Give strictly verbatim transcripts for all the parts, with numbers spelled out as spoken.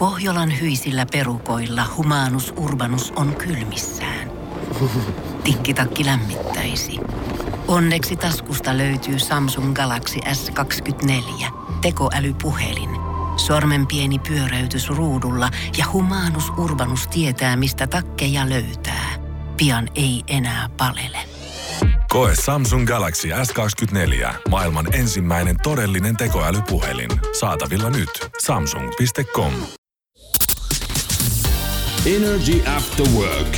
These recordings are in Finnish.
Pohjolan hyisillä perukoilla Humanus Urbanus on kylmissään. Tikkitakki lämmittäisi. Onneksi taskusta löytyy Samsung Galaxy S kaksikymmentäneljä, tekoälypuhelin. Sormen pieni pyöräytys ruudulla ja Humanus Urbanus tietää, mistä takkeja löytää. Pian ei enää palele. Koe Samsung Galaxy S kaksikymmentäneljä, maailman ensimmäinen todellinen tekoälypuhelin. Saatavilla nyt. samsung piste com. Energy After Work.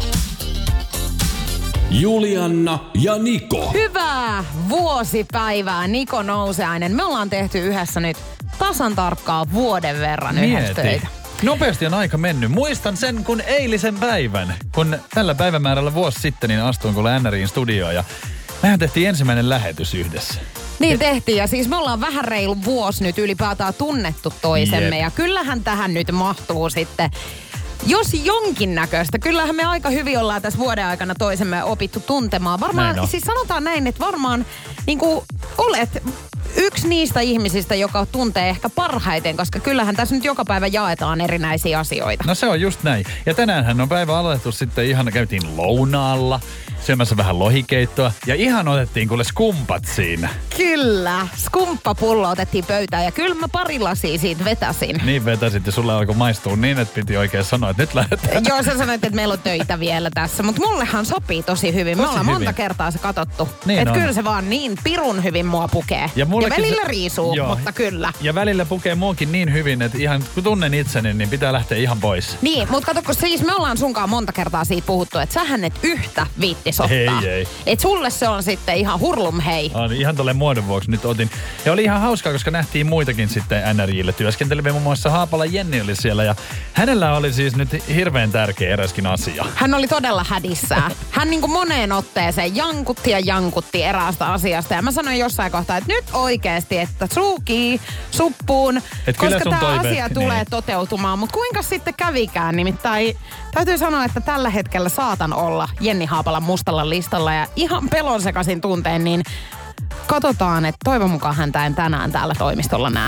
Julianna ja Niko. Hyvää vuosipäivää, Niko Nousiainen. Me ollaan tehty yhdessä nyt tasan tarkkaan vuoden verran yhdessä töitä. Nopeasti on aika mennyt. Muistan sen kun eilisen päivän, kun tällä päivämäärällä vuosi sitten niin astuin kuule N R I:n studioon ja mehän tehtiin ensimmäinen lähetys yhdessä. Niin tehtiin ja siis me ollaan vähän reilu vuosi nyt ylipäätään tunnettu toisemme. Jep. Ja kyllähän tähän nyt mahtuu sitten, jos jonkinnäköistä. Kyllähän me aika hyvin ollaan tässä vuoden aikana toisemme opittu tuntemaan. Varmaan, siis sanotaan näin, että varmaan niin kuin olet yksi niistä ihmisistä, joka tuntee ehkä parhaiten, koska kyllähän tässä nyt joka päivä jaetaan erinäisiä asioita. No se on just näin. Ja tänäänhän on päivä aloitettu sitten ihan, käytiin lounaalla, syömässä vähän lohikeittoa ja ihan otettiin kuule skumpat siinä. Kyllä, skumppapullo otettiin pöytään ja kyllä mä pari lasia siitä vetäsin. Niin vetäsit ja sulle alkoi maistua niin, että piti oikein sanoa, että nyt lähdetään. Joo, sä sanoit, että meillä on töitä vielä tässä, mutta mullehan sopii tosi hyvin. Me Tosi ollaan hyvin. monta kertaa se katsottu. Niin että on. kyllä se vaan niin pirun hyvin mua pukee. Ja, ja välillä se riisuu, joo, mutta kyllä. Ja välillä pukee muukin niin hyvin, että ihan kun tunnen itseni, niin pitää lähteä ihan pois. Niin, mutta kato, kun siis me ollaan sunkaan monta kertaa siitä puhuttu, että sähän et yhtä viittis ottaa. Ei, ei. Et sulle se on sitten ihan hurlum hei. On, ihan tolleen muodon vuoksi nyt otin. Ja oli ihan hauskaa, koska nähtiin muitakin sitten N R I:lle työskenteleviä. Muun muassa Haapala Jenni oli siellä ja hänellä oli siis nyt hirveän tärkeä eräskin asia. Hän oli todella hädissään. Hän niin kuin moneen otteeseen jankutti ja jankutti eräästä asiasta. Ja mä sanoin jossain kohtaa, että nyt oikeasti, että suukii suppuun, et koska tämä toiveet, asia niin tulee toteutumaan. Mutta kuinka sitten kävikään? Nimittäin täytyy sanoa, että tällä hetkellä saatan olla Jenni Haapalan mustalla listalla ja ihan pelon sekaisin tunteen, niin katsotaan, että toivon mukaan häntä en tänään täällä toimistolla näe.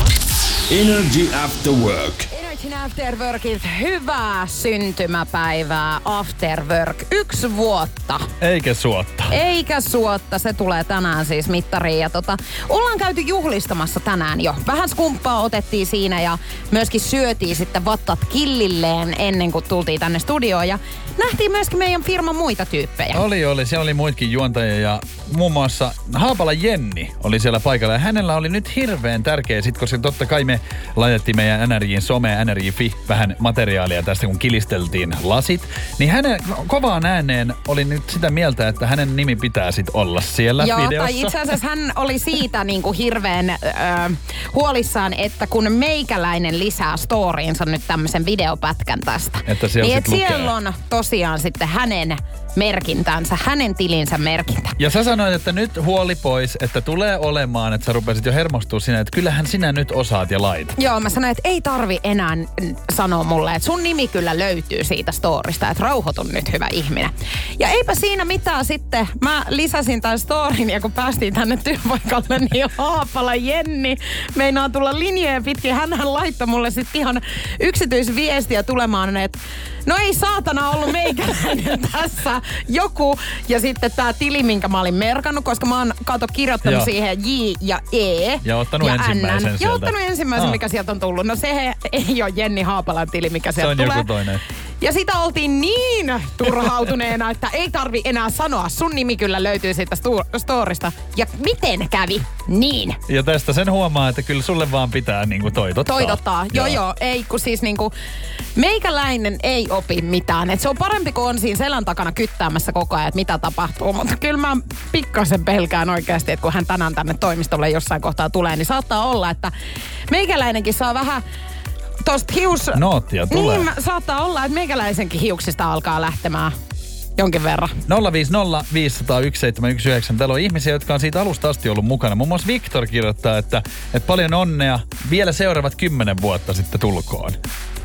Energy After Work. Energy After Workit, hyvää syntymäpäivää After Work. Yksi vuotta. Eikä suotta. Eikä suotta, se tulee tänään siis mittariin. Ja tota, ollaan käyty juhlistamassa tänään jo. Vähän skumppaa otettiin siinä ja myöskin syötiin sitten vattat killilleen ennen kuin tultiin tänne studioon. Ja nähtiin myöskin meidän firman muita tyyppejä. Oli, oli. Siellä oli muitakin juontajia ja muun muassa Haapala Jenni oli siellä paikalla. Ja hänellä oli nyt hirveän tärkeä sit, koska totta kai me laitettiin meidän N R I:n some, N R I Fi vähän materiaalia tästä, kun kilisteltiin lasit. Niin hänen kovaan ääneen oli nyt sitä mieltä, että hänen nimi pitää sit olla siellä Joo, videossa. Tai itse asiassa hän oli siitä niinku hirveän ö, huolissaan, että kun meikäläinen lisää storiinsa nyt tämmöisen videopätkän tästä. Että siellä niin sit lukee. Siellä on tosiaan sitten hänen merkintänsä, hänen tilinsä merkintä. Ja sä sanoit, että nyt huoli pois, että tulee olemaan, että sä rupesit jo hermostua siinä, että kyllähän sinä nyt osaat ja laitat. Joo, mä sanoin, että ei tarvi enää sanoa mulle, että sun nimi kyllä löytyy siitä storista, että rauhoitun nyt hyvä ihminen. Ja eipä siinä mitään sitten, mä lisäsin tämän storin ja kun päästiin tänne työpaikalle, niin Haapala Jenni meinaa tulla linjojen pitkin. Hänhän laittoi mulle sitten ihan yksityisviestiä tulemaan, että no ei saatana ollut meikäläinen tässä joku. Ja sitten tää tili, minkä mä olin merkannut, koska mä oon kato kirjoittanut Joo. siihen J ja E. Ja ottanut ensimmäisen N. sieltä. Ja ottanut ensimmäisen, Ah. mikä sieltä on tullut. No se ei ole Jenni Haapalan tili, mikä Se sieltä on tulee. joku toinen. Ja sitä oltiin niin turhautuneena, että ei tarvi enää sanoa. Sun nimi kyllä löytyy siitä stu- storista. Ja miten kävi? Niin. Ja tästä sen huomaa, että kyllä sulle vaan pitää niinku toitottaa. Toitottaa. Joo, joo. Ei, kun siis niinku meikäläinen ei opi mitään. Et se on parempi, kun on siinä selän takana kyttäämässä koko ajan, että mitä tapahtuu. Mutta kyllä mä pikkasen pelkään oikeasti, että kun hän tänään tänne toimistolle jossain kohtaa tulee, niin saattaa olla, että meikäläinenkin saa vähän tosta hius... Noottia tulee. Niin, saattaa olla, että meikäläisenkin hiuksista alkaa lähtemään jonkin verran. nolla viisi nolla viisi nolla yksi seitsemän yksi yhdeksän. Täällä on ihmisiä, jotka on siitä alusta asti ollut mukana. Muun muassa Viktor kirjoittaa, että, että paljon onnea. Vielä seuraavat kymmenen vuotta sitten tulkoon.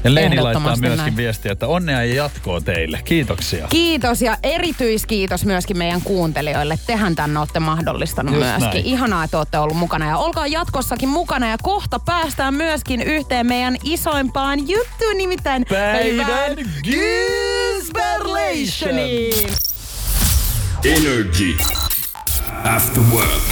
Ja Leeni laittaa Ehdottomasti myöskin näin. viestiä, että onnea ja jatkoa teille. Kiitoksia. Kiitos ja erityiskiitos myöskin meidän kuuntelijoille. Tehän tänne olette mahdollistanut Just myöskin. näin. Ihanaa, että olette ollut mukana ja olkaa jatkossakin mukana. Ja kohta päästään myöskin yhteen meidän isoimpaan juttuun, nimittäin Päivän Gysberlationiin. Energy After Work.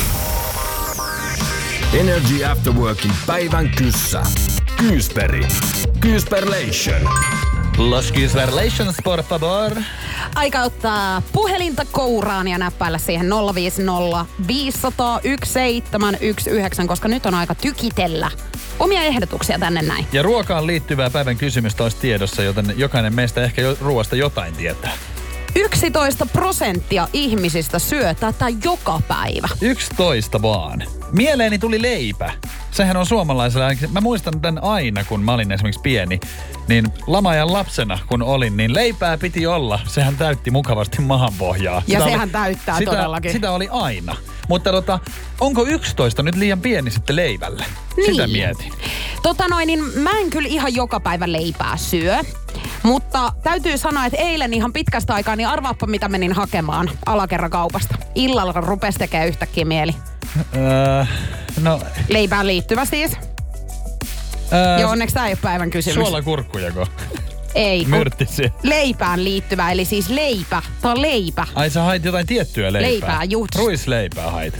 Energy After Workin päivän kyssä. Kyysperi. Kyysperlation. Los Gysberlations, por favor. Aika ottaa puhelinta kouraan ja näppäillä siihen nolla viisi nolla viisi nolla nolla yksi seitsemän yksi yhdeksän, koska nyt on aika tykitellä omia ehdotuksia tänne näin. Ja ruokaan liittyvää päivän kysymystä olisi tiedossa, joten jokainen meistä ehkä jo ruoasta jotain tietää. yksitoista prosenttia ihmisistä syö tätä joka päivä. yksitoista vaan. Mieleeni tuli leipä. Sehän on suomalaisella, ainakin- mä muistan tämän aina, kun mä olin esimerkiksi pieni, niin lama-ajan lapsena kun olin, niin leipää piti olla. Sehän täytti mukavasti mahanpohjaa. Ja Sitä sehän täyttää sitä, todellakin. Sitä oli aina. Mutta tota, onko yksitoista nyt liian pieni sitten leivälle? Sitä Niin. mietin. Tota noin, niin mä en kyllä ihan joka päivä leipää syö. Mutta täytyy sanoa, että eilen ihan pitkästä aikaa, niin arvaappa mitä menin hakemaan alakerrakaupasta. Illalla rupesi tekemään yhtäkkiä mieli. Öö, no, Leipään liittyvä siis. öö, Ja onneksi tää ei ole päivän kysymys. suolakurkkujako? Ei, kun Myrttisi. leipään liittyvä, eli siis leipä. Tää on leipä. Ai sä hait jotain tiettyä leipää? Leipää, just. Ruisleipää hait.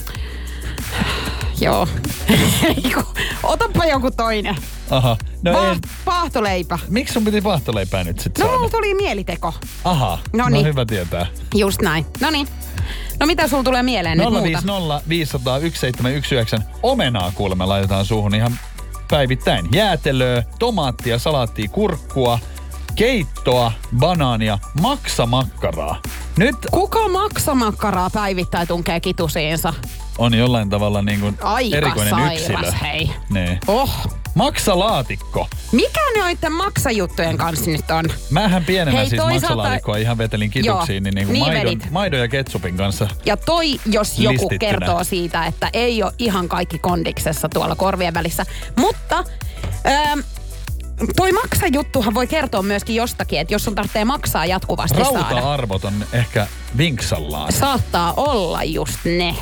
Joo. Eiku, Otappa joku toinen. Aha. No Pa- ei. paahtoleipä. Miksi sun piti paahtoleipää nyt sit No saada? mulla tuli mieliteko. Aha. Noniin. No hyvä tietää. Just näin. Noniin. No mitä sulla tulee mieleen nyt nolla muuta? viisi nolla viisi nolla nolla yksi seitsemän yksi yhdeksän. Omenaa kuulemma laitetaan suuhun ihan päivittäin. Jäätelöä, tomaattia, salaattia, kurkkua, keittoa, banaania, maksamakkaraa. Nyt Kuka maksamakkaraa päivittäin tunkee kitusiinsa? on jollain tavalla niin kuin Aika erikoinen sairas, yksilö. hei. Niin. Oh. Maksalaatikko. Mikä noiden maksajuttujen kanssa nyt on? Mähän pienenä Hei, siis toisaalta- maksalaatikkoa ihan vetelin kituksiin, Joo, niin, niin, niin maidon, vedit. maidon ja ketsupin kanssa. Ja toi, jos joku Listittynä. kertoo siitä, että ei ole ihan kaikki kondiksessa tuolla korvien välissä. Mutta ähm, toi maksajuttuhan voi kertoa myöskin jostakin, että jos sun tarvitsee maksaa jatkuvasti saada. Rauta-arvot on ehkä vinksallaan. Saattaa olla just ne.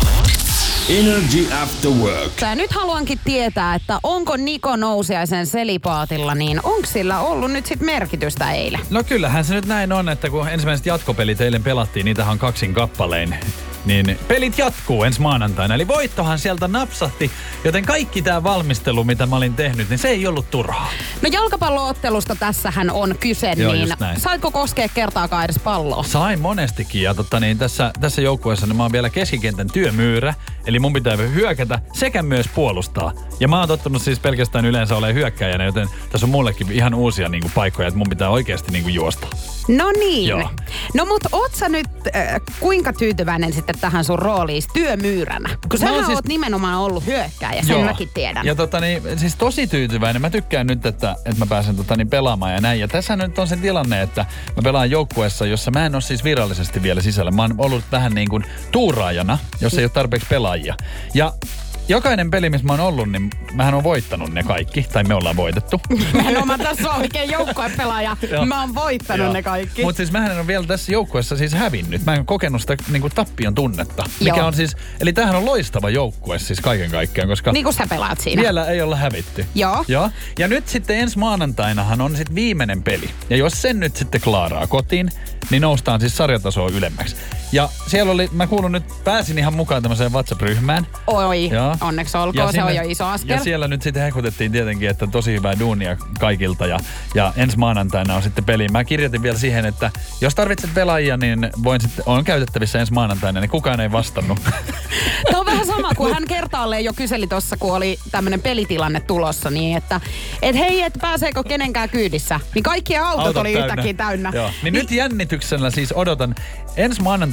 Energy After Work. Ja nyt haluankin tietää, että onko Niko Nousiaisen selipaatilla, niin onko sillä ollut nyt sit merkitystä eilen? No kyllähän se nyt näin on, että kun ensimmäiset jatkopelit eilen pelattiin, niitähän on kaksin kappalein, niin pelit jatkuu ensi maanantaina. Eli voittohan sieltä napsahti, joten kaikki tämä valmistelu, mitä mä olin tehnyt, niin se ei ollut turhaa. No jalkapalloottelusta tässähän on kyse, Joo, niin just näin. saitko koskea kertaakaan edes palloa? Sain monestikin ja totta niin, tässä, tässä joukkueessa niin mä oon vielä keskikentän työmyyrä, eli mun pitää hyökätä sekä myös puolustaa. Ja mä oon tottunut siis pelkästään yleensä olemaan hyökkäjänä, joten tässä on mullekin ihan uusia niin kuin, paikkoja, että mun pitää oikeasti niin kuin, juosta. No niin. Joo. No mut oot sä nyt äh, kuinka tyytyväinen sitten tähän sun rooliin työmyyränä? Kun Mä sähän oon siis- oot nimenomaan ollut hyökkääjä, sen mäkin tiedän. Ja tota niin, siis tosi tyytyväinen. Mä tykkään nyt, että, että mä pääsen tota niin pelaamaan ja näin. Ja tässä nyt on se tilanne, että mä pelaan joukkueessa, jossa mä en ole siis virallisesti vielä sisällä. Mä oon ollut vähän niin kuin tuuraajana, jos ei ole tarpeeksi pelaajia. Ja jokainen peli, missä mä oon ollut, niin mähän on voittanut ne kaikki. Tai me ollaan voitettu. Nimenomaan tässä on oikein joukkuepelaaja. Joo. Mä oon voittanut ne kaikki. Mutta siis mähän en ole vielä tässä joukkueessa siis hävinnyt. Mä en kokenut sitä niinku tappion tunnetta. Mikä Joo. on siis, eli tämähän on loistava joukkue siis kaiken kaikkiaan, koska Niin kuin sä pelaat siinä. vielä ei olla hävitty. Joo. Joo. Ja nyt sitten ensi maanantainahan on sitten viimeinen peli. Ja jos sen nyt sitten klaaraa kotiin, niin noustaan siis sarjatasoa ylemmäksi. Ja siellä oli, mä kuulun nyt, pääsin ihan mukaan tämmöiseen WhatsApp-ryhmään. Oi, Joo. onneksi olkoon, se on jo iso askel. Ja siellä nyt sitten hekutettiin tietenkin, että tosi hyvää duunia kaikilta. Ja, ja ensi maanantaina on sitten peli. Mä kirjoitin vielä siihen, että jos tarvitset pelaajia, niin voin sitten, on käytettävissä ensi maanantaina, niin kukaan ei vastannut. Tämä on vähän sama, kun hän kertaalleen jo kyseli tuossa, kun oli tämmöinen pelitilanne tulossa, niin että et hei, et pääseekö kenenkään kyydissä. Niin kaikki autot, Autot oli yhtäkkiä täynnä. Joo. Niin, niin nyt jännityksellä siis odotan. Ensi maanantaina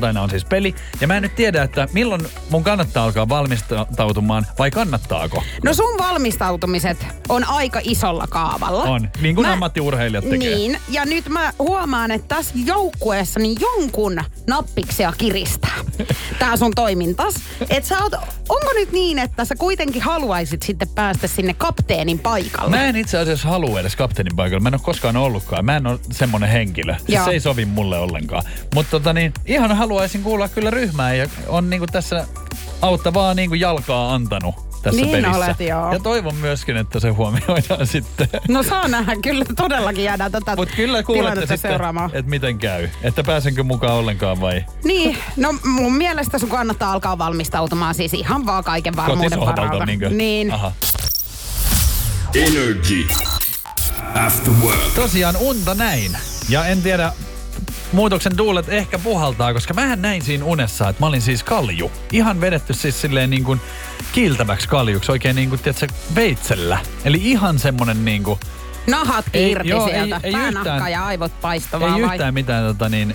sunnuntaina on siis peli. Ja mä en nyt tiedä, että milloin mun kannattaa alkaa valmistautumaan vai kannattaako? No sun valmistautumiset on aika isolla kaavalla. On, niin kuin mä, ammattiurheilijat tekee. Niin, ja nyt mä huomaan, että tässä joukkueessa niin jonkun nappiksia kiristää tää sun toimintas. Et sä oot, onko nyt niin, että sä kuitenkin haluaisit sitten päästä sinne kapteenin paikalle? Mä en itse asiassa halua edes kapteenin paikalle. Mä en ole koskaan ollutkaan. Mä en ole semmonen henkilö. Siis se ei sovi mulle ollenkaan. Mutta tota niin, ihan haluaisin kuulla kyllä ryhmään ja on niinku tässä auttavaa niinku jalkaa antanut tässä niin pelissä. Olet, joo. Ja toivon myöskin, että se huomioidaan sitten. No saa nähdä, kyllä todellakin jäädään tätä Mutta kyllä kuulette sitten, seuraamaan. että miten käy. Että pääsenkö mukaan ollenkaan vai? Niin, no mun mielestä sun kannattaa alkaa valmistautumaan siis ihan vaan kaiken varmuuden varalta. Niinkö? Niin. Aha. Energy After Work. Tosiaan unta näin. Ja en tiedä, muutoksen tuulet ehkä puhaltaa, koska mähän näin siinä unessa, että mä olin siis kalju. Ihan vedetty siis silleen niin kuin kiiltäväksi kaljuksi, oikein niin kuin, tiedätkö, veitsellä. Eli ihan semmonen niin kuin... Nahat irti joo, sieltä, ei, ei päänahka yhtään, ja aivot paistovaa. Ei vai? yhtään mitään tota niin...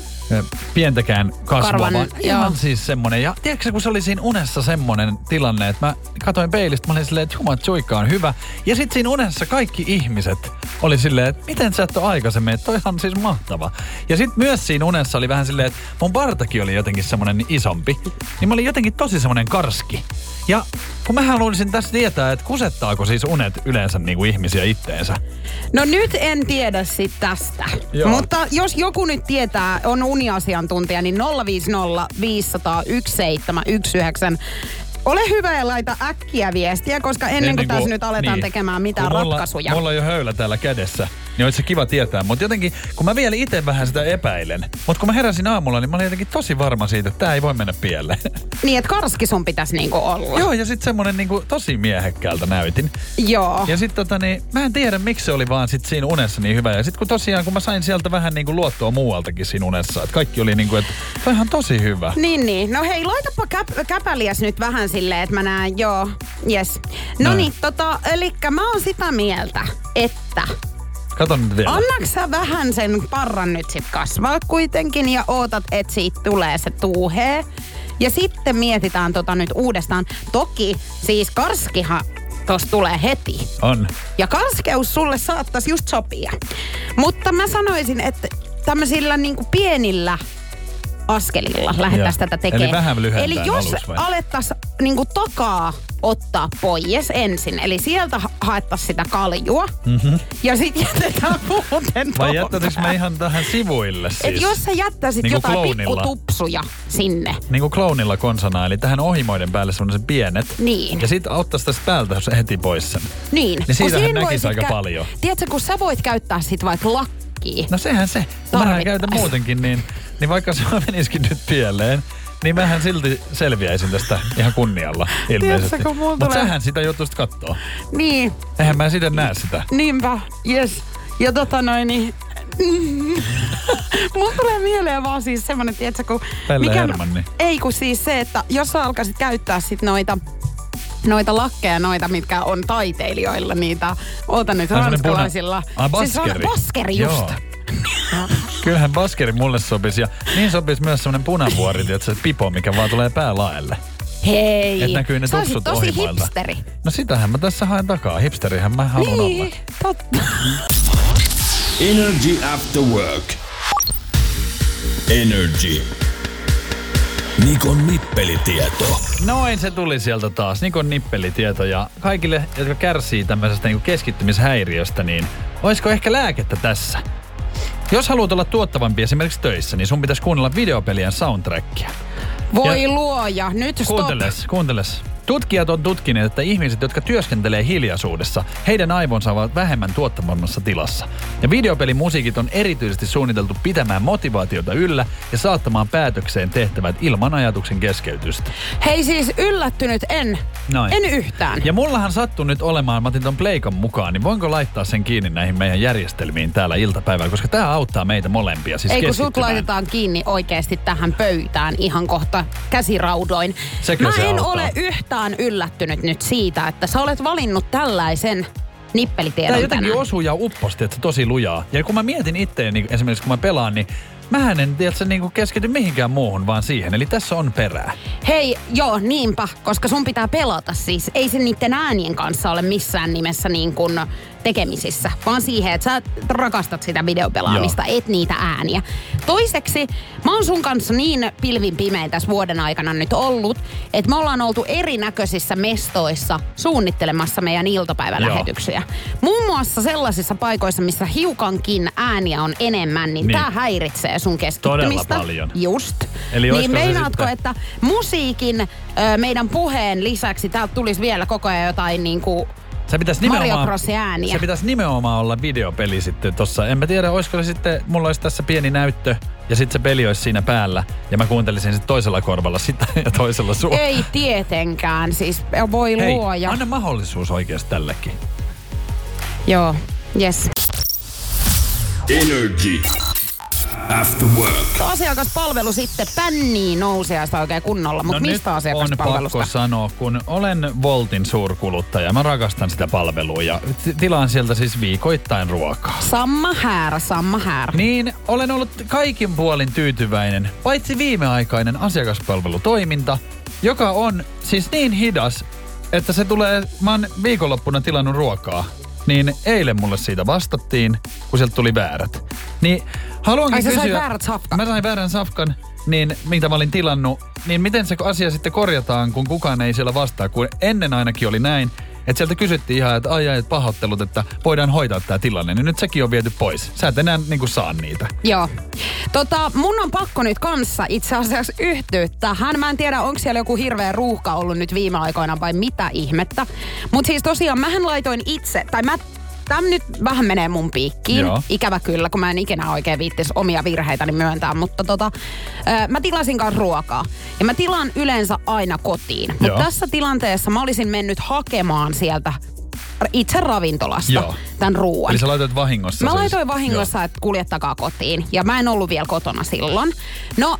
pientäkään kasvua, Karvan, vaan ihan joo. siis semmonen. Ja tiedätkö kun se oli siinä unessa semmonen tilanne, että mä katoin peilistä, mä olin silleen, että jumat suikka on hyvä. Ja sit siinä unessa kaikki ihmiset oli silleen, että miten sä et ole aikaisemmin, että toihan siis mahtava. Ja sit myös siinä unessa oli vähän silleen, että mun partakin oli jotenkin semmonen isompi. Niin mä olin jotenkin tosi semmonen karski. Ja kun mä haluaisin tässä tietää, että kusettaako siis unet yleensä niinku ihmisiä itteensä. No nyt en tiedä sit tästä. Joo. Mutta jos joku nyt tietää, on uniasiantuntija, niin nolla viisi nolla viisi nolla nolla yksi seitsemän yksi yhdeksän. Ole hyvä ja laita äkkiä viestiä, koska ennen, ennen kuin tässä nyt aletaan niin, tekemään mitään mulla, ratkaisuja. Mulla on jo höylä täällä kädessä, niin olisi se kiva tietää. Mutta jotenkin, kun mä vielä itse vähän sitä epäilen, mutta kun mä heräsin aamulla, niin mä olin jotenkin tosi varma siitä, että tää ei voi mennä pieleen. Niin, että karski sun pitäisi niinku olla. Joo, ja sitten semmonen niinku tosi miehekkäältä näytin. Joo. Ja sitten tota niin, mä en tiedä miksi se oli vaan sit siinä unessa niin hyvä. Ja sitten kun tosiaan, kun mä sain sieltä vähän niinku luottoa muualtakin siinä unessa, että kaikki oli niinku, että toihan tosi hyvä. Niin, niin. No hei, laitapa käp- käpäliäs nyt vähän silleen, että mä näen, joo, jes. No niin, tota, elikkä mä oon sitä mieltä, että... Kato nyt vielä. Annaks sä vähän sen parran nyt sit kasvaa kuitenkin ja ootat, että siitä tulee se tuuhee. Ja sitten mietitään tota nyt uudestaan. Toki siis karskihan tossa tulee heti. On. Ja karskeus sulle saattaisi just sopia. Mutta mä sanoisin, että tämmöisillä niinku pienillä askelilla lähdettäisiin tätä tekemään. Eli vähän lyhentää Eli jos alettaisiin niinku takaa ottaa pois ensin, eli sieltä ha- haettaisiin sitä kaljua, mm-hmm. ja sitten jätetään muuten vai jättäisikö mä ihan tähän sivuille siis? Et jos sä jättäisit niin jotain klounilla. pikkutupsuja sinne. Niin kuin klounilla konsana, eli tähän ohimoiden päälle sellaiset pienet. Niin. Ja sit ottaisi tästä päältä heti pois sen. Niin. Niin siitähän näkisi kä- aika paljon. Tiedätkö, kun sä voit käyttää sit vaikka lakkia. No sehän se. Mähän käytän muutenkin, niin, niin vaikka se menisikin nyt pieleen, niin mähän silti selviäisin tästä ihan kunnialla ilmeisesti. Mutta tulee... sähän sitä joutuisit kattoo. Niin. Eihän mä sitä näe sitä. Niinpä, jes. Ja tota noin, niin... Mun tulee mieleen vaan siis semmonen, tietsä, kun... Pelle Hermanni. Ei kun siis se, että jos sä alkaisit käyttää sit noita... Noita lakkeja, noita, mitkä on taiteilijoilla, niitä, oota nyt, ranskalaisilla. Ah, baskeri. Siis baskeri just. Joo. Kyllähän baskeri mulle sopisi ja niin sopisi myös semmonen punavuori, että se pipo, mikä vaan tulee päälaelle. Hei, et näkyy ne sä olisit tupsut tosi ohimoilta. hipsteri. No sitähän mä tässä haen takaa. Hipsterihän mä haluan niin, olla. totta. Energy After Work. Energy. Nikon nippelitieto. Noin se tuli sieltä taas. Nikon nippelitieto ja kaikille, jotka kärsii tämmöisestä niin keskittymishäiriöstä, niin olisiko ehkä lääkettä tässä? Jos haluat olla tuottavampi esimerkiksi töissä, niin sun pitäisi kuunnella videopelien soundtrackia. Voi ja luoja, nyt stop. Kuunteles, kuunteles. Tutkijat on tutkineet, että ihmiset, jotka työskentelee hiljaisuudessa, heidän aivonsa ovat vähemmän tuottavammassa tilassa. Ja videopelimusiikit on erityisesti suunniteltu pitämään motivaatiota yllä ja saattamaan päätökseen tehtävät ilman ajatuksen keskeytystä. Hei siis yllättynyt en. Noin. En yhtään. Ja mullahan sattui nyt olemaan, mä otin ton pleikan mukaan, niin voinko laittaa sen kiinni näihin meidän järjestelmiin täällä iltapäivällä, koska tää auttaa meitä molempia siis ei kun keskittymään. sut laitetaan kiinni oikeasti tähän pöytään ihan kohta käsiraudoin. Sekö Mä se en auttaa? ole yhtään yllättynyt nyt siitä, että sä olet valinnut tällaisen nippelitiedon Tää jotenkin tänään. osuu ja upposti, että se tosi lujaa. Ja kun mä mietin itteeni, esimerkiksi kun mä pelaan, niin mähän en tiedä, niinku keskity mihinkään muuhun, vaan siihen. Eli tässä on perää. Hei, joo, niinpä, koska sun pitää pelata siis. Ei se niiden äänien kanssa ole missään nimessä niin kuin tekemisissä, vaan siihen, että sä rakastat sitä videopelaamista, joo. et niitä ääniä. Toiseksi, mä oon sun kanssa niin pilvin pimein tässä vuoden aikana nyt ollut, että me ollaan oltu erinäköisissä mestoissa suunnittelemassa meidän iltapäivälähetyksiä. Joo. Muun muassa sellaisissa paikoissa, missä hiukankin ääniä on enemmän, niin, niin. tää häiritsee sun keskittymistä. Todella paljon. Just. Eli niin meinaatko, sitten... että musiikin, ö, meidän puheen lisäksi täältä tulisi vielä koko ajan jotain niinku se pitäisi Mario Brosin ääniä. Se pitäisi nimenomaan olla videopeli sitten tossa. En mä tiedä, olisiko se sitten, mulla olisi tässä pieni näyttö ja sitten se peli olisi siinä päällä ja mä kuuntelisin sitten toisella korvalla sitä ja toisella suulla. Ei tietenkään, siis voi Hei, luoja. anna mahdollisuus oikeasti tällekin. Joo, yes. Energy. After work. Asiakaspalvelu sitten pänniin nousiaista oikein kunnolla, mutta no mistä asiakaspalvelusta? On pakko sanoa, kun olen Woltin suurkuluttaja, mä rakastan sitä palvelua ja t- tilaan sieltä siis viikoittain ruokaa. Samma häärä, samma häärä. Niin, olen ollut kaikin puolin tyytyväinen, paitsi viimeaikainen asiakaspalvelutoiminta, joka on siis niin hidas, että se tulee, mä oon viikonloppuna tilannut ruokaa. Niin eilen mulle siitä vastattiin, kun sieltä tuli väärät. Niin haluankin Ai sä kysyä... sait väärät safkan? Mä sain väärän safkan, niin mitä mä olin tilannut. Niin miten se asia sitten korjataan, kun kukaan ei siellä vastaa? Kun ennen ainakin oli näin, että sieltä kysyttiin ihan, että ai ai, pahoittelut, että voidaan hoitaa tää tilanne. Niin nyt sekin on viety pois. Sä et enää niinku saa niitä. Joo. Tota, mun on pakko nyt kanssa itse asiassa yhtyä tähän. Mä en tiedä, onko siellä joku hirveä ruuhka ollut nyt viime aikoina vai mitä ihmettä. Mut siis tosiaan, mähän laitoin itse, tai mä Tämä nyt vähän menee mun piikkiin. Joo. Ikävä kyllä, kun mä en ikinä oikein viittis omia virheitäni myöntää. Mutta tota, ö, mä tilasin kanssa ruokaa. Ja mä tilaan yleensä aina kotiin. Mutta tässä tilanteessa mä olisin mennyt hakemaan sieltä itse ravintolasta Joo. tämän ruoan. Eli sä laitoit vahingossa Mä siis. laitoin vahingossa, Joo. että kuljettakaa kotiin. Ja mä en ollut vielä kotona silloin. No...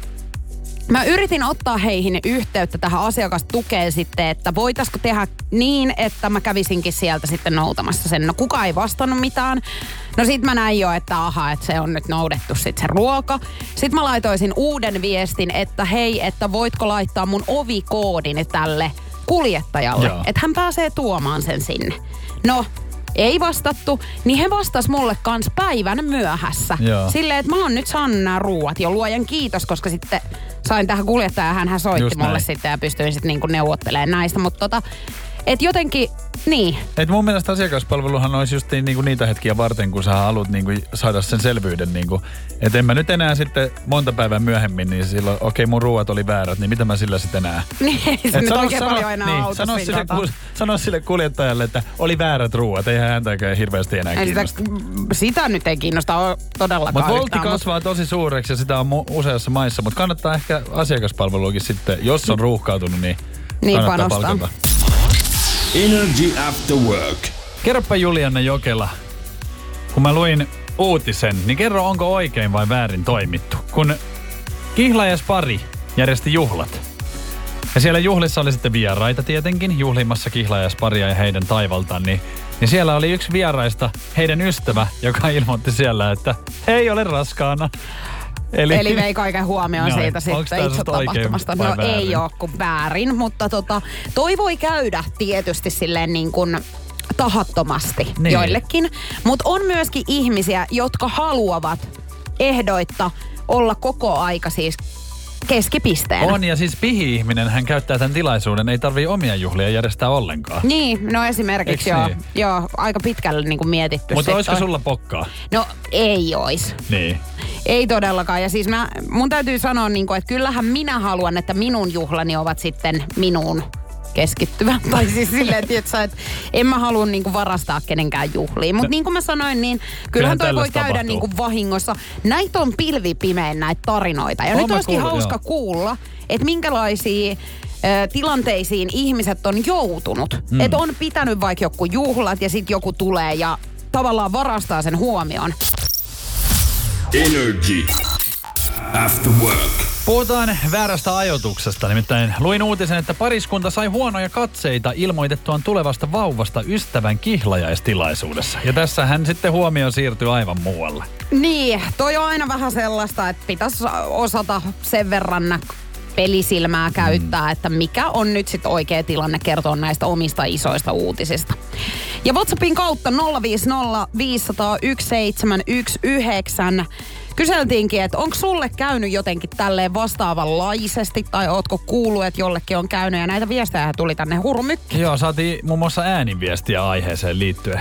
Mä yritin ottaa heihin yhteyttä tähän asiakastukeen sitten, että voitaisiko tehdä niin, että mä kävisinkin sieltä sitten noutamassa sen. No kukaan ei vastannut mitään. No sit mä näin jo, että aha, että se on nyt noudettu sit se ruoka. Sitten mä laitoisin uuden viestin, että hei, että voitko laittaa mun ovikoodin tälle kuljettajalle. Että hän pääsee tuomaan sen sinne. No... Ei vastattu, niin he vastas mulle kans päivän myöhässä. Joo. Silleen, että mä oon nyt saanut nämä ruuat jo, luojan kiitos, koska sitten sain tähän kuljettajan, hän, hän soitti Just mulle näin. Sitten ja pystyin sitten niinku neuvottelemaan näistä. Mutta tota, et jotenkin, niin. Et mun mielestä asiakaspalveluhan olisi just niinku niitä hetkiä varten, kun sä haluat niinku saada sen selvyyden. Niinku. Että en mä nyt enää sitten monta päivää myöhemmin, niin silloin, okei okay, mun ruuat oli väärät, niin mitä mä sillä sitten enää? Niin, ei se nyt oikein sano, paljon enää niin, sano sille, ku, sano sille kuljettajalle, että oli väärät ruuat, eihän häntäkään hirveästi enää ei kiinnosta. Sitä, sitä nyt ei kiinnosta todellakaan. Mutta Woltti kasvaa mut... tosi suureksi ja sitä on mu- useassa maissa, mutta kannattaa ehkä asiakaspalveluakin sitten, jos on ruuhkautunut, niin, niin kannattaa panostaa. palkata. Energy After Work. Kerropa Julianna Jokela, kun mä luin uutisen, niin kerro onko oikein vai väärin toimittu. Kun kihlaajaspari järjesti juhlat. Ja siellä juhlissa oli sitten vieraita tietenkin, juhlimassa kihlaajasparia ja heidän taivaltaan. Niin, niin siellä oli yksi vieraista, heidän ystävä, joka ilmoitti siellä, että ei ole raskaana. Eli, Eli vei kaiken huomioon no, siitä sitten itse tapahtumasta. No väärin? Ei ole kuin väärin, mutta tota, toi voi käydä tietysti silleen niin kuin tahattomasti niin. joillekin. Mutta on myöskin ihmisiä, jotka haluavat ehdoitta olla koko aika siis keskipisteenä. On, ja siis pihi-ihminen, hän käyttää tämän tilaisuuden, ei tarvii omia juhlia järjestää ollenkaan. Niin, no esimerkiksi joo, niin? joo, aika pitkälle niin kuin mietitty. Mutta olisiko sulla pokkaa? No ei ois. Niin. Ei todellakaan. Ja siis mä, mun täytyy sanoa, niin kuin, että kyllähän minä haluan, että minun juhlani ovat sitten minuun keskittyvä. Tai siis silleen, tietysti, että en mä halua niinku varastaa kenenkään juhliin. Mutta niin kuin mä sanoin, niin kyllähän toi voi käydä niinku vahingossa. Näitä on pilvipimein näitä tarinoita. Ja Oma nyt olisikin kuulun, hauska joo. kuulla, että minkälaisia ö, tilanteisiin ihmiset on joutunut. Mm. Että on pitänyt vaikka joku juhlat ja sitten joku tulee ja tavallaan varastaa sen huomioon. Energy After Work. Puhutaan väärästä ajoituksesta. Nimittäin luin uutisen, että pariskunta sai huonoja katseita ilmoitettuaan tulevasta vauvasta ystävän kihlajaistilaisuudessa. Ja tässä hän sitten huomio siirtyy aivan muualle. Niin, toi on aina vähän sellaista, että pitäisi osata sen verran pelisilmää käyttää, mm. että mikä on nyt sitten oikea tilanne kertoa näistä omista isoista uutisista. Ja WhatsAppin kautta nolla viisi nolla viisi nolla nolla yksi seitsemän yksi yhdeksän kyseltiinkin, että onko sulle käynyt jotenkin tälleen vastaavanlaisesti, tai ootko kuullut, että jollekin on käynyt, ja näitä viestejä tuli tänne hurmykki. Joo, saatiin muun muassa ääniviestiä aiheeseen liittyen.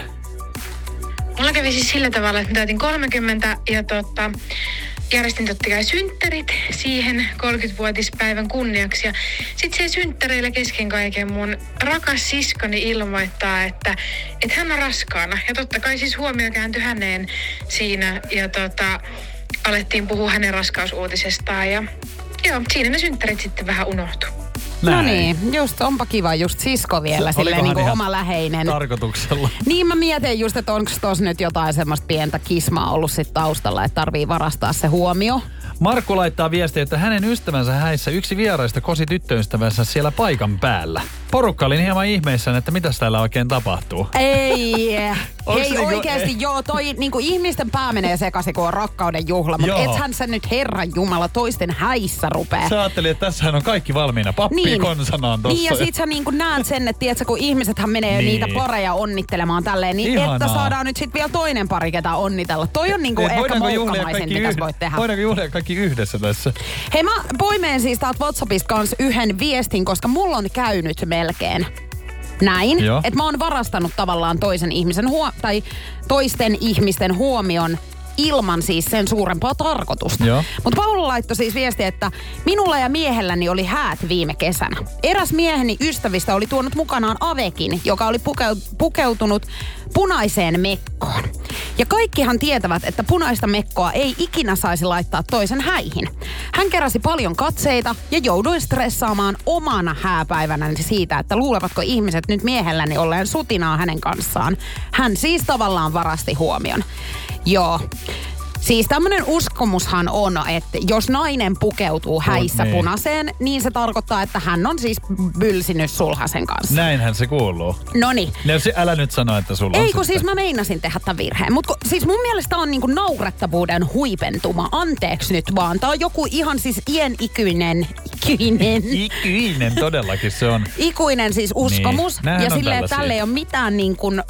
Mulla kävi siis sillä tavalla, että mä täytin kolmekymmentä ja tota, järjestin totta kai synttärit siihen kolmekymmenvuotispäivän kunniaksi. Ja sit siellä synttäreillä kesken kaiken mun rakas siskoni ilmoittaa, että, että hän on raskaana. Ja totta kai siis huomio kääntyi häneen siinä ja tota, alettiin puhua hänen raskausuutisestaan. Ja joo, siinä ne synttärit sitten vähän unohtui. No niin, just onpa kiva, just sisko vielä, silleen niin kuin oma läheinen. Tarkoituksella. Niin mä mietin just, että onko tossa nyt jotain semmoista pientä kismaa ollut sit taustalla, että tarvii varastaa se huomio. Markku laittaa viestiä, että hänen ystävänsä häissä yksi vieraista kosi tyttöystävänsä siellä paikan päällä. Porukka oli hieman ihmeissään, että mitäs täällä oikein tapahtuu. Ei, hei niinku, oikeesti ei. joo, toi niinku ihmisten pää menee sekaisin, kun on rakkauden juhla, mutta ethän sä nyt Herran Jumala toisten häissä rupee. Sä ajattelin, että tässähän on kaikki valmiina, pappi niin. konsanaan tossa. Niin ja sit sä niinku näet sen, että tiiätkö, kun ihmisethän menee niin. niitä pareja onnittelemaan tälleen, niin ihanaa. Että saadaan nyt sit vielä toinen pari, ketä onnitella. Toi on niinku et ehkä moukkamaisin, mitä sä voit tehdä. Voidaanko juhlia kaikki yhdessä tässä? Hei, mä poimeen siis täältä WhatsAppista kans yhden viestin, koska mulla on käynyt melkein näin, että mä oon varastanut tavallaan toisen ihmisen huo- tai toisten ihmisten huomion ilman siis sen suurempaa tarkoitusta. Mutta Paula laittoi siis viestiä, että minulla ja miehelläni oli häät viime kesänä. Eräs mieheni ystävistä oli tuonut mukanaan avekin, joka oli puke- pukeutunut punaiseen mekkoon. Ja kaikkihan tietävät, että punaista mekkoa ei ikinä saisi laittaa toisen häihin. Hän keräsi paljon katseita ja jouduin stressaamaan omana hääpäivänäni siitä, että luulevatko ihmiset nyt miehelläni olleen sutinaa hänen kanssaan. Hän siis tavallaan varasti huomion. Joo. Siis tämmönen uskomushan on, että jos nainen pukeutuu häissä niin. punaiseen, niin se tarkoittaa, että hän on siis bylsinyt sulhasen kanssa. Näinhän se kuuluu. Noniin. Älä nyt sano, että sulla on Ei kun sitten. siis mä meinasin tehdä tämän virheen. Mutta siis mun mielestä on niinku naurettavuuden huipentuma. Anteeksi nyt vaan. Tää on joku ihan siis iän ikyinen. Ikyinen. Ikyinen todellakin se on. Ikuinen siis uskomus. Niin. Ja silleen, että tälle ei ole mitään niin kuin...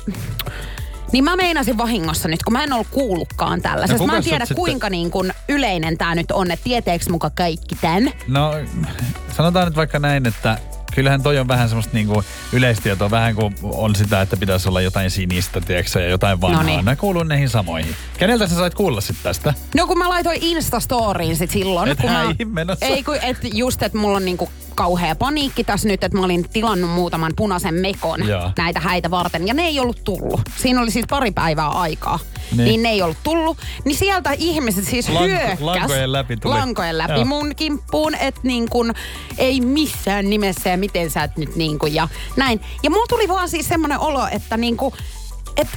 Niin mä meinasin vahingossa nyt, kun mä en ollut kuullutkaan tällaisesta. Mä en tiedä, kuinka niin kuin yleinen tää nyt on, että tieteekö muka kaikki tän? No, sanotaan nyt vaikka näin, että kyllähän toi on vähän semmoista niinku yleistietoa, vähän kuin on sitä, että pitäisi olla jotain sinistä, tiedätkö, ja jotain vanhaa. Noniin. Mä kuulun näihin samoihin. Keneltä sä sait kuulla sit tästä? No kun mä laitoin Instastoriin sit silloin. Et kun mä, mä, ei kun, et just, että mulla on niinku kauhea paniikki tässä nyt, että mä olin tilannut muutaman punaisen mekon Jaa. näitä häitä varten. Ja ne ei ollut tullut. Siinä oli siis pari päivää aikaa. Niin, niin ne ei ollut tullut. Niin sieltä ihmiset siis Lanko, hyökkäs. Lankojen läpi tuli. Lankojen läpi Joo. mun kimppuun, että niin kun ei missään nimessä ja miten sä et nyt niin kun ja näin. Ja mulla tuli vaan siis semmoinen olo, että niin kun, että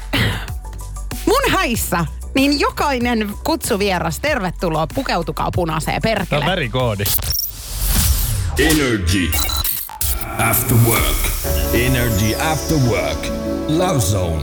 mun häissä niin jokainen kutsuvieras, tervetuloa, pukeutukaa punaiseen, perkele. Tämä on värikoodi. Energy After Work. Energy After Work. Love Zone.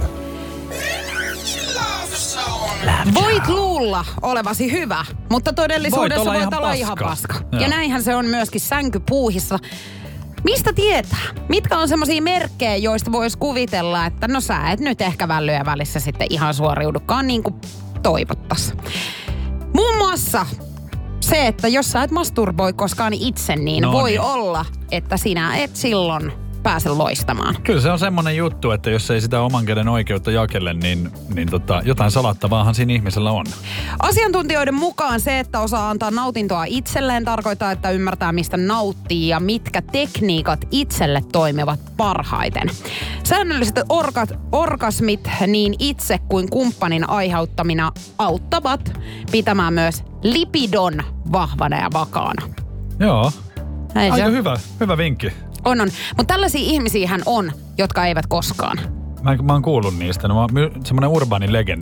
Voit luulla olevasi hyvä, mutta todellisuudessa voit olla, voit olla ihan paska. paska. Ja näinhän se on myöskin sänkypuuhissa. Mistä tietää? Mitkä on semmosia merkkejä, joista voisi kuvitella, että no sä et nyt ehkä vällyä välissä sitten ihan suoriudukaan niin kuin toivottais. Muun muassa se, että jos sä et masturboi koskaan itse, niin no voi niin. olla, että sinä et silloin pääse loistamaan. Kyllä se on semmoinen juttu, että jos ei sitä oman käden oikeutta jakelle, niin, niin tota, jotain salattavaahan siinä ihmisellä on. Asiantuntijoiden mukaan se, että osaa antaa nautintoa itselleen, tarkoittaa, että ymmärtää mistä nauttii ja mitkä tekniikat itselle toimivat parhaiten. Säännölliset orkat, orgasmit niin itse kuin kumppanin aiheuttamina auttavat pitämään myös lipidon vahvana ja vakaana. Joo. Ei Aika se. hyvä, hyvä vinkki. On, on. Mutta tällaisia ihmisiä hän on, jotka eivät koskaan. Mä, mä oon kuullut niistä. No, semmoinen urbaani legenda.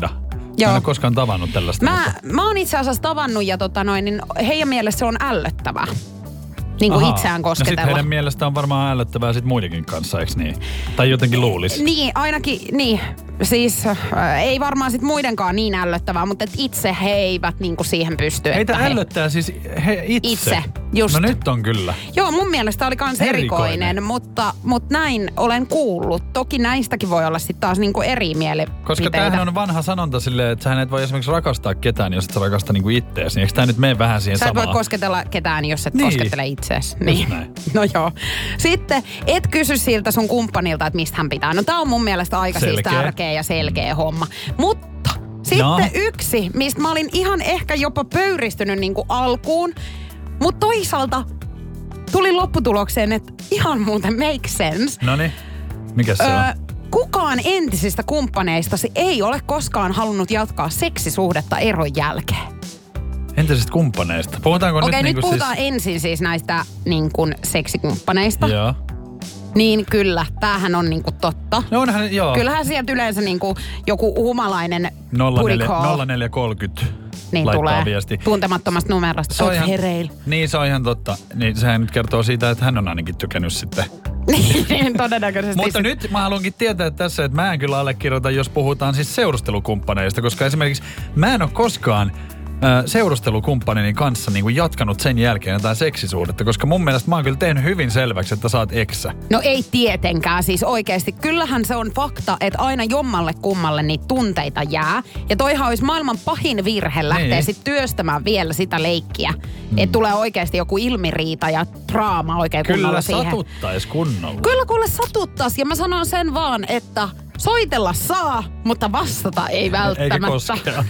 Mä en ole koskaan tavannut tällaista. Mä, mutta... mä oon itse asiassa tavannut ja tota noin, niin heidän mielestä se on ällöttävää. Niin kuin itseään kosketella. No sit heidän mielestä on varmaan ällöttävää sit muidenkin kanssa, eikö niin? Tai jotenkin luulisi. Niin, ainakin, niin. Siis äh, ei varmaan sit muidenkaan niin ällöttävää, mutta et itse he eivät niinku siihen pysty. Heitä he... ällöttää siis he itse? Itse, just. No nyt on kyllä. Joo, mun mielestä oli kans erikoinen, erikoinen mutta, mutta näin olen kuullut. Toki näistäkin voi olla sit taas niinku eri mielipiteitä. Koska tämähän on vanha sanonta silleen, että sä et voi esimerkiksi rakastaa ketään, jos et sä rakasta niinku ittees. Niin eikö tää nyt mene vähän siihen samaan? Sä et voi kosketella ketään, jos et niin. koskettele itseäsi. Niin. No joo. Sitten et kysy siltä sun kumppanilta, että mistä hän pitää. No tää on mun mielestä aika selkeä. siis tärkeä ja selkeä homma. Mutta sitten no. yksi, mistä mä olin ihan ehkä jopa pöyristynyt niinku alkuun, mutta toisaalta tuli lopputulokseen, että ihan muuten make sense. Noniin, mikä se öö, on? Kukaan entisistä kumppaneistasi ei ole koskaan halunnut jatkaa seksisuhdetta eron jälkeen. Entisistä kumppaneista? Puhutaanko Okei, nyt, nyt niinku puhutaan siis... ensin siis näistä niin kuin seksikumppaneista. Joo. Niin kyllä, tämähän on niinku totta. No onhan, joo. Kyllähän sieltä yleensä niinku joku humalainen nolla neljä kolmekymmentä niin laittaa tulee viesti. Tuntemattomasta numerosta. Se on ihan, hereil. Niin, se on ihan totta. Niin sehän nyt kertoo siitä, että hän on ainakin tykännyt sitten. Niin, todennäköisesti. Mutta sit... nyt mä haluankin tietää tässä, että mä en kyllä allekirjoita, jos puhutaan siis seurustelukumppaneista, koska esimerkiksi mä en ole koskaan seurustelukumppanini kanssa niin kuin jatkanut sen jälkeen jotain seksisuudetta, koska mun mielestä mä oon kyllä tehnyt hyvin selväksi, että sä oot eksä. No ei tietenkään, siis oikeasti. Kyllähän se on fakta, että aina jommalle kummalle niitä tunteita jää. Ja toihan olisi maailman pahin virhe lähteä niin. sit työstämään vielä sitä leikkiä. Hmm. Että tulee oikeasti joku ilmiriita ja draama oikein kyllä kunnolla siihen. Kyllä satuttais kunnolla. Kyllä kuule satuttais. Ja mä sanon sen vaan, että soitella saa, mutta vastata ei välttämättä. Eikä koskea.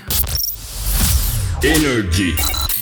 Energy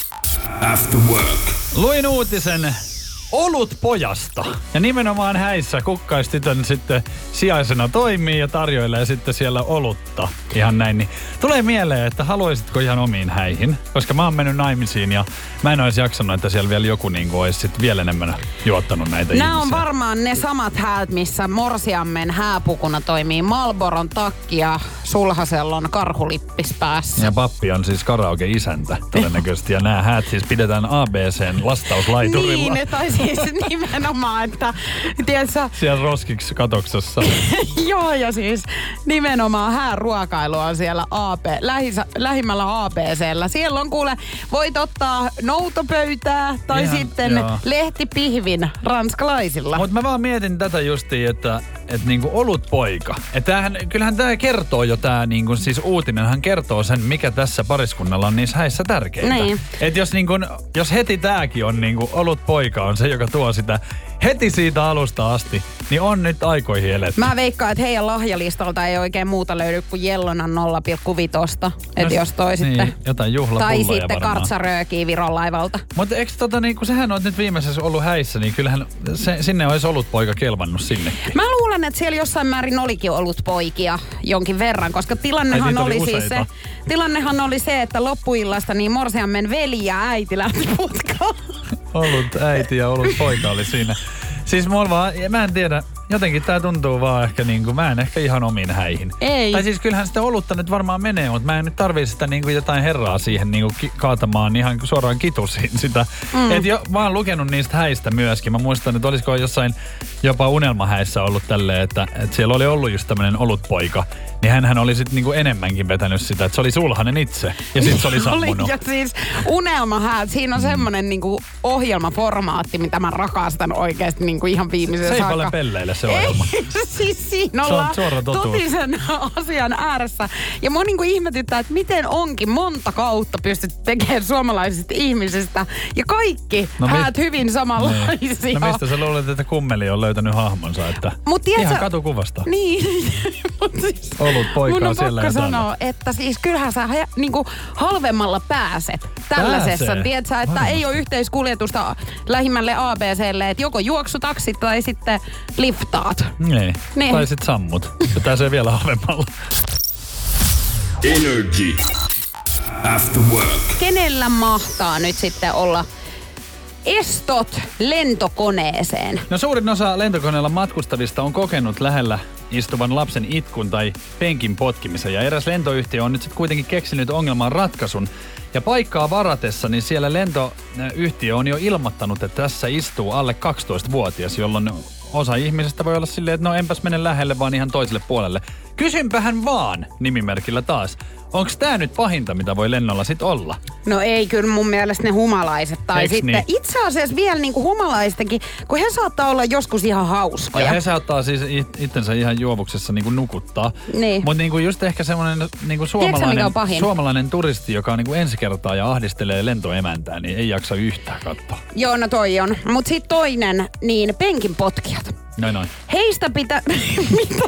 After Work. Luin uutisen olutpojasta. Ja nimenomaan häissä kukkaistytön sitten sijaisena toimii ja tarjoilee sitten siellä olutta. Ihan näin. Niin tulee mieleen, että haluaisitko ihan omiin häihin? Koska mä oon mennyt naimisiin ja mä en olisi jaksanut, että siellä vielä joku niin kuin olisi sitten vielä enemmän juottanut näitä Nämä ihmisiä. on varmaan ne samat häät, missä morsiammen hääpukuna toimii Marlboron takki ja sulhasellon karhulippis päässä. Ja pappi on siis karaoke-isäntä todennäköisesti. Ja nämä häät siis pidetään A B C:n lastauslaiturilla. Niin, tai siis nimenomaan, että tiedätkö... Siellä roskiksi katoksessa. Joo, ja siis nimenomaan hääruokailu on siellä A P, lähisä, lähimmällä A B C:llä. Siellä on kuule, voit ottaa noutopöytää tai ihan, sitten joo. lehtipihvin ranskalaisilla. Mutta mä vaan mietin tätä justiin, että et niinku olutpoika. Et tämähän, kyllähän tämä kertoo jo tää niinku, siis uutinenhan kertoo sen, mikä tässä pariskunnalla on niissä häissä tärkeintä. Niin. Et jos, niinku, jos heti tääkin on niinku olutpoika on se, joka tuo sitä heti siitä alusta asti, niin on nyt aikoihin eletty. Mä veikkaan, että heidän lahjalistalta ei oikein muuta löydy kuin Jellonan nolla pilkku viisi. Että jos toi niin, sitten... jotain juhlapulloja tai sitten varmaan. Kartsaröökiä Viron laivalta. Mutta eikö tota niin, kun sähän oot nyt viimeisessä ollut häissä, niin kyllähän se, sinne olisi olutpoika kelvannut sinnekin. Mä luulen, että siellä jossain määrin olikin olutpoikia jonkin verran, koska tilannehan Ai, oli, oli siis se... Tilannehan oli se, että loppuillasta niin morsiammen veli ja äiti lähti putkaan. Olut äiti ja olut poika oli siinä. Siis mulla vaan, mä en tiedä, jotenkin tää tuntuu vaan ehkä niinku, mä en ehkä ihan omiin häihin. Ei. Tai siis kyllähän sitä olutta nyt varmaan menee, mutta mä en nyt tarvii sitä niinku jotain herraa siihen niinku ki- kaatamaan ihan suoraan kitusiin sitä. Mm. Et jo, mä oon lukenut niistä häistä myöskin. Mä muistan, että olisiko jossain jopa unelmahäissä ollut tälleen, että, että siellä oli ollut just tämmönen olutpoika. Niin hänhän oli sitten niinku enemmänkin vetänyt sitä, että se oli sulhanen itse. Ja sit se oli sammunut. Ja siis unelmahäät, siinä on semmonen niinku ohjelmaformaatti, mitä mä rakastan oikeesti niinku ihan viimeisen saakka. Se ei saakka. paljon pelleille se ohjelma. Ei, siis siinä ollaan totisen asian ääressä. Ja mua niinku ihmetyttää, että miten onkin monta kautta pystyt tekemään suomalaisista ihmisistä. Ja kaikki no häät mi- hyvin samanlaisia. No mistä sä luulet, että kummeli on löytänyt hahmonsa? Että Mut tiedätkö, ihan katukuvasta. Niin. Mut siis, ollut poikaa mun on siellä pakko ja sanoa, että siis kyllähän sä niinku halvemmalla pääset tällaisessa. Pääsee. Tiedätkö, että varmasti ei ole yhteiskuljetusta lähimmälle A B C:lle, että joko juoksutaksi tai sitten liftaat. Niin. Niin. Tai sit sammut. Se pääsee vielä halvemmalla. Energy After Work. Kenellä mahtaa nyt sitten olla estot lentokoneeseen? No suurin osa lentokoneella matkustavista on kokenut lähellä istuvan lapsen itkun tai penkin potkimisen. Ja eräs lentoyhtiö on nyt sitten kuitenkin keksinyt ongelman ratkaisun. Ja paikkaa varatessa, niin siellä lentoyhtiö on jo ilmoittanut, että tässä istuu alle kaksitoistavuotias, jolloin osa ihmisistä voi olla silleen, että no enpäs mene lähelle, vaan ihan toiselle puolelle. Kysynpähän vaan, nimimerkillä taas. Onks tää nyt pahinta, mitä voi lennolla sit olla? No ei kyllä mun mielestä ne humalaiset. Tai Eiks sitten niin? itse asiassa vielä niinku humalaistenkin, kun he saattaa olla joskus ihan hauskoja. Ja he saattaa siis it- itsensä ihan juovuksessa niinku nukuttaa. Niin. Mutta niinku just ehkä semmonen niinku suomalainen, suomalainen turisti, joka on niinku ensi kertaa ja ahdistelee lentoemäntää, niin ei jaksa yhtään katsoa. Joo, no toi on. Mut sit toinen, niin penkin potkijat. Noin noin. Heistä pitää... Mitä?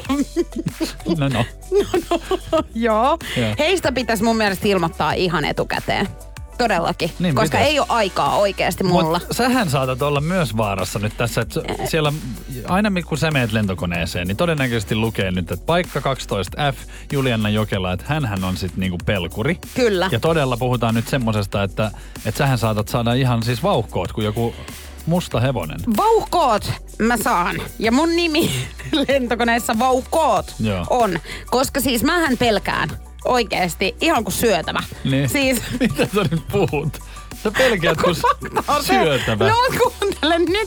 No no. No, no, joo. Joo. Heistä pitäisi mun mielestä ilmoittaa ihan etukäteen. Todellakin. Niin koska pitäis. ei ole aikaa oikeasti mulla. Mut sähän saatat olla myös vaarassa nyt tässä, että siellä aina kun sä meet lentokoneeseen, niin todennäköisesti lukee nyt, että paikka kaksitoista F, Julianna Jokela, että hänhän on sit niinku pelkuri. Kyllä. Ja todella puhutaan nyt semmosesta, että, että sähän saatat saada ihan siis vauhkoot kuin joku musta hevonen. Vauhkoot mä saan. Ja mun nimi lentokoneessa Vauhkoot Joo. on. Koska siis mähän pelkään oikeesti ihan kuin syötävä. Niin. Siis... Mitä sä nyt puhut? Sä pelkäät No, kuin fakta on se- syötävä. No kuuntele nyt.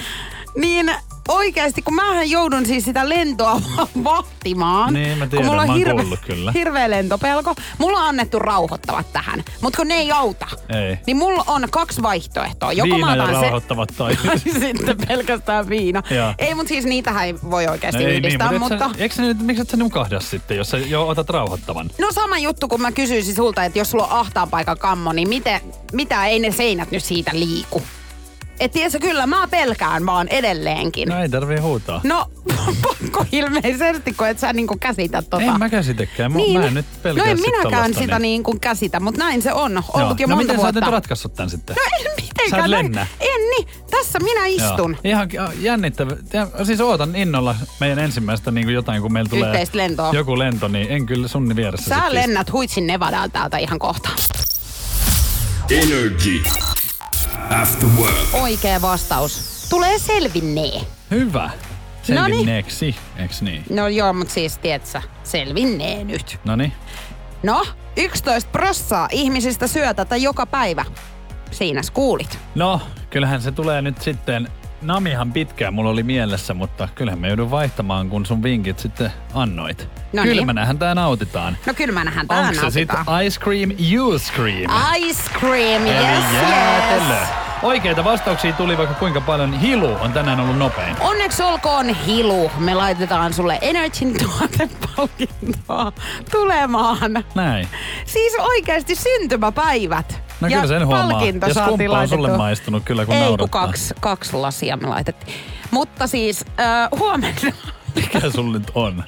Niin oikeesti, kun mähän joudun siis sitä lentoa vahtimaan. Niin, mä tiedän, kun mulla on mä oon hirve- kuullut kyllä. hirveä lentopelko. Mulla on annettu rauhoittavat tähän. Mutta kun ne ei auta. Ei. Niin mulla on kaksi vaihtoehtoa. Joko Viina mä ja otan se... rauhoittavat tai... Tai sitten pelkästään viina. Joo. Ei, mutta siis niitähän ei voi oikeasti No ei yhdistää, niin, mutta... mutta... Sä, eikö sä nyt, miksi et sä nukahda sitten, jos sä jo otat rauhoittavan? No sama juttu, kun mä kysyisin sulta, että jos sulla on ahtaan paikan kammo, niin miten, mitä ei ne seinät nyt siitä liiku? Et tiedätkö, kyllä mä pelkään vaan edelleenkin. No ei tarvii huutaa. No, pakko ilmeisesti, kun et sä niinku käsitä tota. En mä käsitäkään. Niin. Mä en nyt pelkää No en sit minäkään tollasta, sitä niin. niin kuin käsitä, mutta näin se on. Ollut Joo. jo No monta miten vuotta. sä oot nyt ratkaissut tän sitten? No en mitenkään. Sä et näin. lennä. En niin. Tässä minä istun. Joo. Ihan jännittävä. Ja, siis ootan innolla meidän ensimmäistä niin kuin jotain, kun meillä tulee Yhteistä lentoa. joku lento, niin en kyllä sun vieressä Sä sit lennät Huitsin Nevadaan täältä ihan kohta. Energy. After work. Oikea vastaus. Tulee selvinnee. Hyvä. Noniin. Selvinneeksi, eiks niin? No joo, mutta siis tietsä, selvinnee nyt. Noniin. No, yksitoista prossaa ihmisistä syö tätä joka päivä. Siinä kuulit. No, kyllähän se tulee nyt sitten... Namihan pitkään mulla oli mielessä, mutta kyllähän me joudun vaihtamaan, kun sun vinkit sitten annoit. No niin. Kylmänähän tää nautitaan. No kylmänähän tää Onko se nautitaan. sitten ice cream, you scream? Ice cream, Eli yes, jäätelö. yes. Oikeita vastauksia tuli vaikka kuinka paljon. Hilu on tänään ollut nopein. Onneksi olkoon Hilu. Me laitetaan sulle Energyn tuotepalkintoa tulemaan. Näin. Siis oikeasti syntymäpäivät. No ja kyllä sen huomaa. palkinto Ja saatiin skumppa on sulle laitettua. maistunut kyllä, kun Ei, kun naurattaa. kaksi, kaksi lasia me laitettiin. Mutta siis äh, huomenna... Mikä sulla nyt on?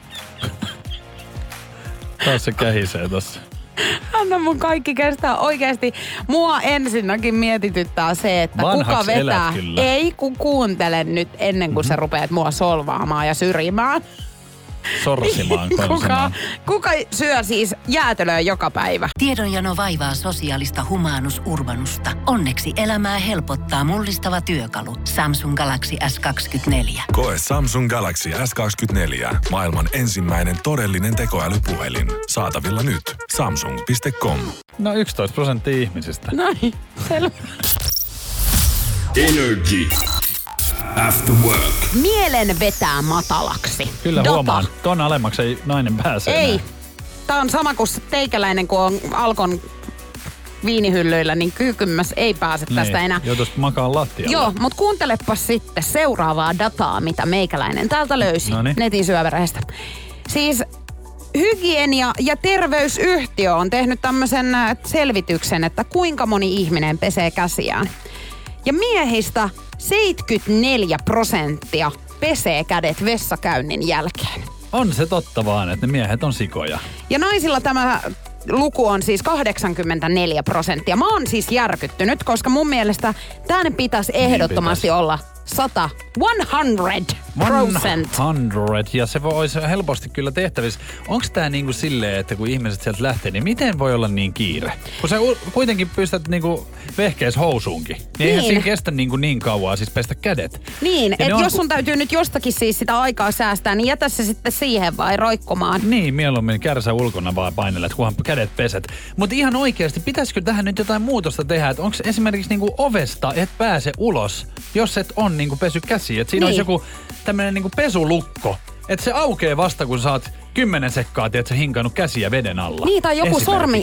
Taas se kähisee tossa. Anna mun kaikki kestää oikeasti. Mua ensinnäkin mietityttää se, että Vanhaks kuka vetää. elät kyllä. Ei kun kuuntele nyt ennen kuin mm-hmm. sä rupeat mua solvaamaan ja syrjimään. Sorsimaan kuka, konsanaan. kuka syö siis jäätelöä joka päivä? Tiedonjano vaivaa sosiaalista humanus urbanusta. Onneksi elämää helpottaa mullistava työkalu. Samsung Galaxy S kaksikymmentäneljä. Koe Samsung Galaxy S kaksikymmentäneljä. Maailman ensimmäinen todellinen tekoälypuhelin. Saatavilla nyt. Samsung piste com. No yksitoista prosenttia ihmisistä. Noin, selvä. Energy. After work. Mielen vetää matalaksi. Kyllä Dota. huomaan. Ton alemmaksi ei nainen pääse Ei. enää. Tää on sama kuin se teikäläinen, kun on Alkon viinihyllyillä, niin kyykymmäs ei pääse Niin, tästä enää. joutuisi makaan lattialla. Joo, mutta kuuntelepas sitten seuraavaa dataa, mitä meikäläinen täältä löysi Noniin. netin syövereistä. Siis hygienia- ja terveysyhtiö on tehnyt tämmöisen äh, selvityksen, että kuinka moni ihminen pesee käsiään. Ja miehistä seitsemänkymmentäneljä prosenttia pesee kädet vessakäynnin jälkeen. On se totta vaan, että ne miehet on sikoja. Ja naisilla tämä luku on siis kahdeksankymmentäneljä prosenttia. Mä oon siis järkyttynyt, koska mun mielestä tämän pitäisi ehdottomasti olla sata sata prosenttia. Hundred, ja se voi olisi helposti kyllä tehtävissä. Onko tämä niinku silleen, että kun ihmiset sieltä lähtee, niin miten voi olla niin kiire? Kun sä u- kuitenkin pystät niinku vehkees housuunkin, niin, niin. eihän siinä kestä niinku niin kauan siis pestä kädet. Niin, että on, jos sun täytyy nyt jostakin siis sitä aikaa säästää, niin jätä se sitten siihen vai roikkumaan. Niin, mieluummin kärsä ulkona vaan painelet, kunhan kädet peset. Mutta ihan oikeasti, pitäisikö tähän nyt jotain muutosta tehdä? Että onko esimerkiksi niinku ovesta et pääse ulos, jos et on niinku pesy käsiä? Että siinä niin. olisi joku tämmöinen niinku pesulukko. Että se aukeaa vasta, kun sä oot kymmenen sekkaa, että sä hinkannut käsiä veden alla. Niin, tai joku sormi,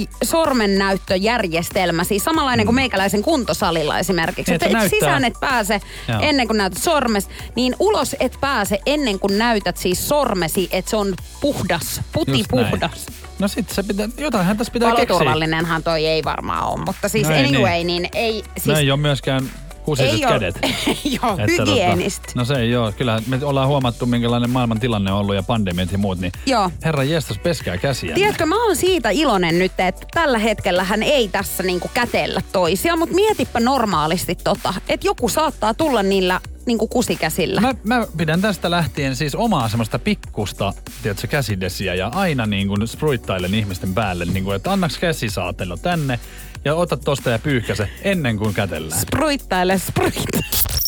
sormennäyttöjärjestelmä, siis samanlainen mm. kuin meikäläisen kuntosalilla esimerkiksi. Että et sisään et pääse Joo. ennen kuin näytät sormes, niin ulos et pääse ennen kuin näytät siis sormesi, että se on puhdas, putipuhdas. No sit se pitää, jotainhan tässä pitää keksiä. Paloturvallinenhan toi ei varmaan ole, mutta siis no ei, anyway, niin, niin ei... Siis no ei ole myöskään kusiset kädet. Joo, hygienistä. Tota, no se ei ole. Kyllä me ollaan huomattu, minkälainen maailman tilanne on ollut ja pandemiat ja muut, niin Joo. herra jestas, peskää käsiä. Tiedätkö, mä oon siitä iloinen nyt, että tällä hetkellähän ei tässä niinku kätellä toisia, mutta mietipä normaalisti tota, että joku saattaa tulla niillä niinku kusikäsillä. Mä, mä pidän tästä lähtien siis omaa semmoista pikkusta, tiedätkö, käsidesiä ja aina niinku spruittailen ihmisten päälle, niinku, että annaks käsisaatella tänne ja ota tosta ja pyyhkäse ennen kuin kätellään. Spruittaile, spruittaile.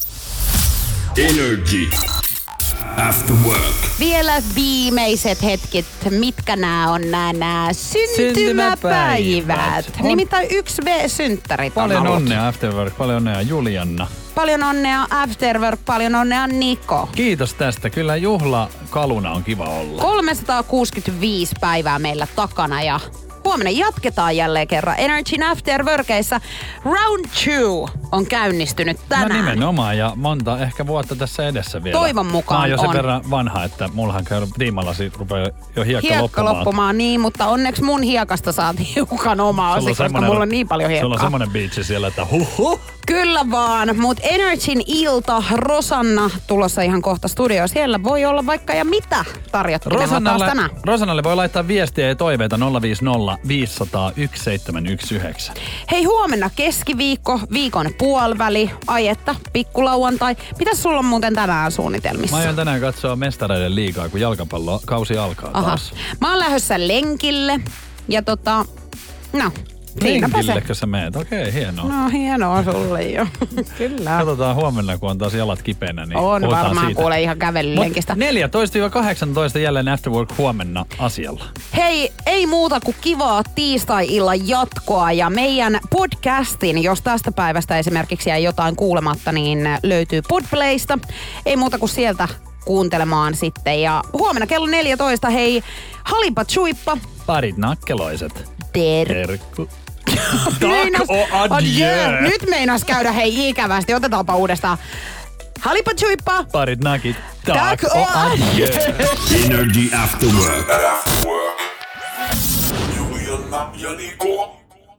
Energy. After work. Vielä viimeiset hetket, mitkä nämä on nämä syntymäpäivät. On. Nimittäin yksi B-synttärit on Paljon ollut. onnea After Work, paljon onnea Julianna. Paljon onnea Afterwork, paljon onnea Niko. Kiitos tästä. Kyllä juhlakaluna on kiva olla. kolmesataakuusikymmentäviisi päivää meillä takana ja huomenna jatketaan jälleen kerran. Energyn Afterworkeissa Round two on käynnistynyt tänään. No nimenomaan ja monta ehkä vuotta tässä edessä vielä. Toivon mukaan Mä oon jo sen on. verran vanha, että mullahan käy tiimallasi rupeaa jo hiekka, Hiekka loppumaan. loppumaan, niin, mutta onneksi mun hiekasta saat hiukan omaa osi, koska mulla on niin paljon hiekkaa. Sulla on semmonen biitsi siellä, että huhhuh. Kyllä vaan, mutta Energyn ilta, Rosanna tulossa ihan kohta studioon. Siellä voi olla vaikka ja mitä tarjottimella taas tänään. Rosannalle voi laittaa viestiä ja toiveita nolla viisi nolla viisi nolla nolla yksi seitsemän yksi yhdeksän. Hei, huomenna keskiviikko, viikon puoliväli, ai että, pikkulauantai. Mitäs sulla on muuten tänään suunnitelmissa? Mä aion tänään katsoa Mestareiden liigaa, kun jalkapallokausi alkaa Aha. taas. Mä oon lähdössä lenkille ja tota, no, siinäpä se. Lenkillekö sä meet? Okei, hienoa. No hienoa sulle jo. Kyllä. Katsotaan huomenna, kun on taas jalat kipeänä, niin On puhutaan varmaan siitä. kuule ihan kävelylenkistä. neljätoista kahdeksantoista jälleen After Work huomenna asialla. Hei, ei muuta kuin kivaa tiistai-illan jatkoa ja meidän podcastin, jos tästä päivästä esimerkiksi jäi jotain kuulematta, niin löytyy Podplaysta. Ei muuta kuin sieltä kuuntelemaan sitten. Ja huomenna kello neljätoista, hei, halipa chuippa. Parit nakkeloiset. Terkku. Terkku. Meinas, o adieu. Nyt meinas käydä hei ikävästi. Otetaanpa uudestaan. Halipa chuippa. Parit nakit. Tak o adieu. Energy After Work. After Work. Julianna ja Niko.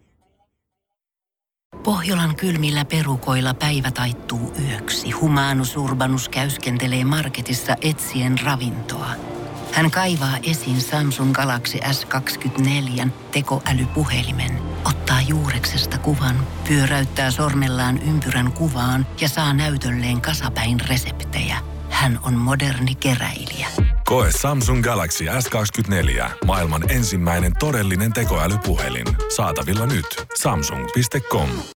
Pohjolan kylmillä perukoilla päivä taittuu yöksi. Humanus Urbanus käyskentelee marketissa etsien ravintoa. Hän kaivaa esiin Samsung Galaxy S kaksikymmentäneljä tekoälypuhelimen, ottaa juureksesta kuvan, pyöräyttää sormellaan ympyrän kuvaan ja saa näytölleen kasapäin reseptejä. Hän on moderni keräilijä. Koe Samsung Galaxy S kaksikymmentäneljä. Maailman ensimmäinen todellinen tekoälypuhelin. Saatavilla nyt. Samsung piste com.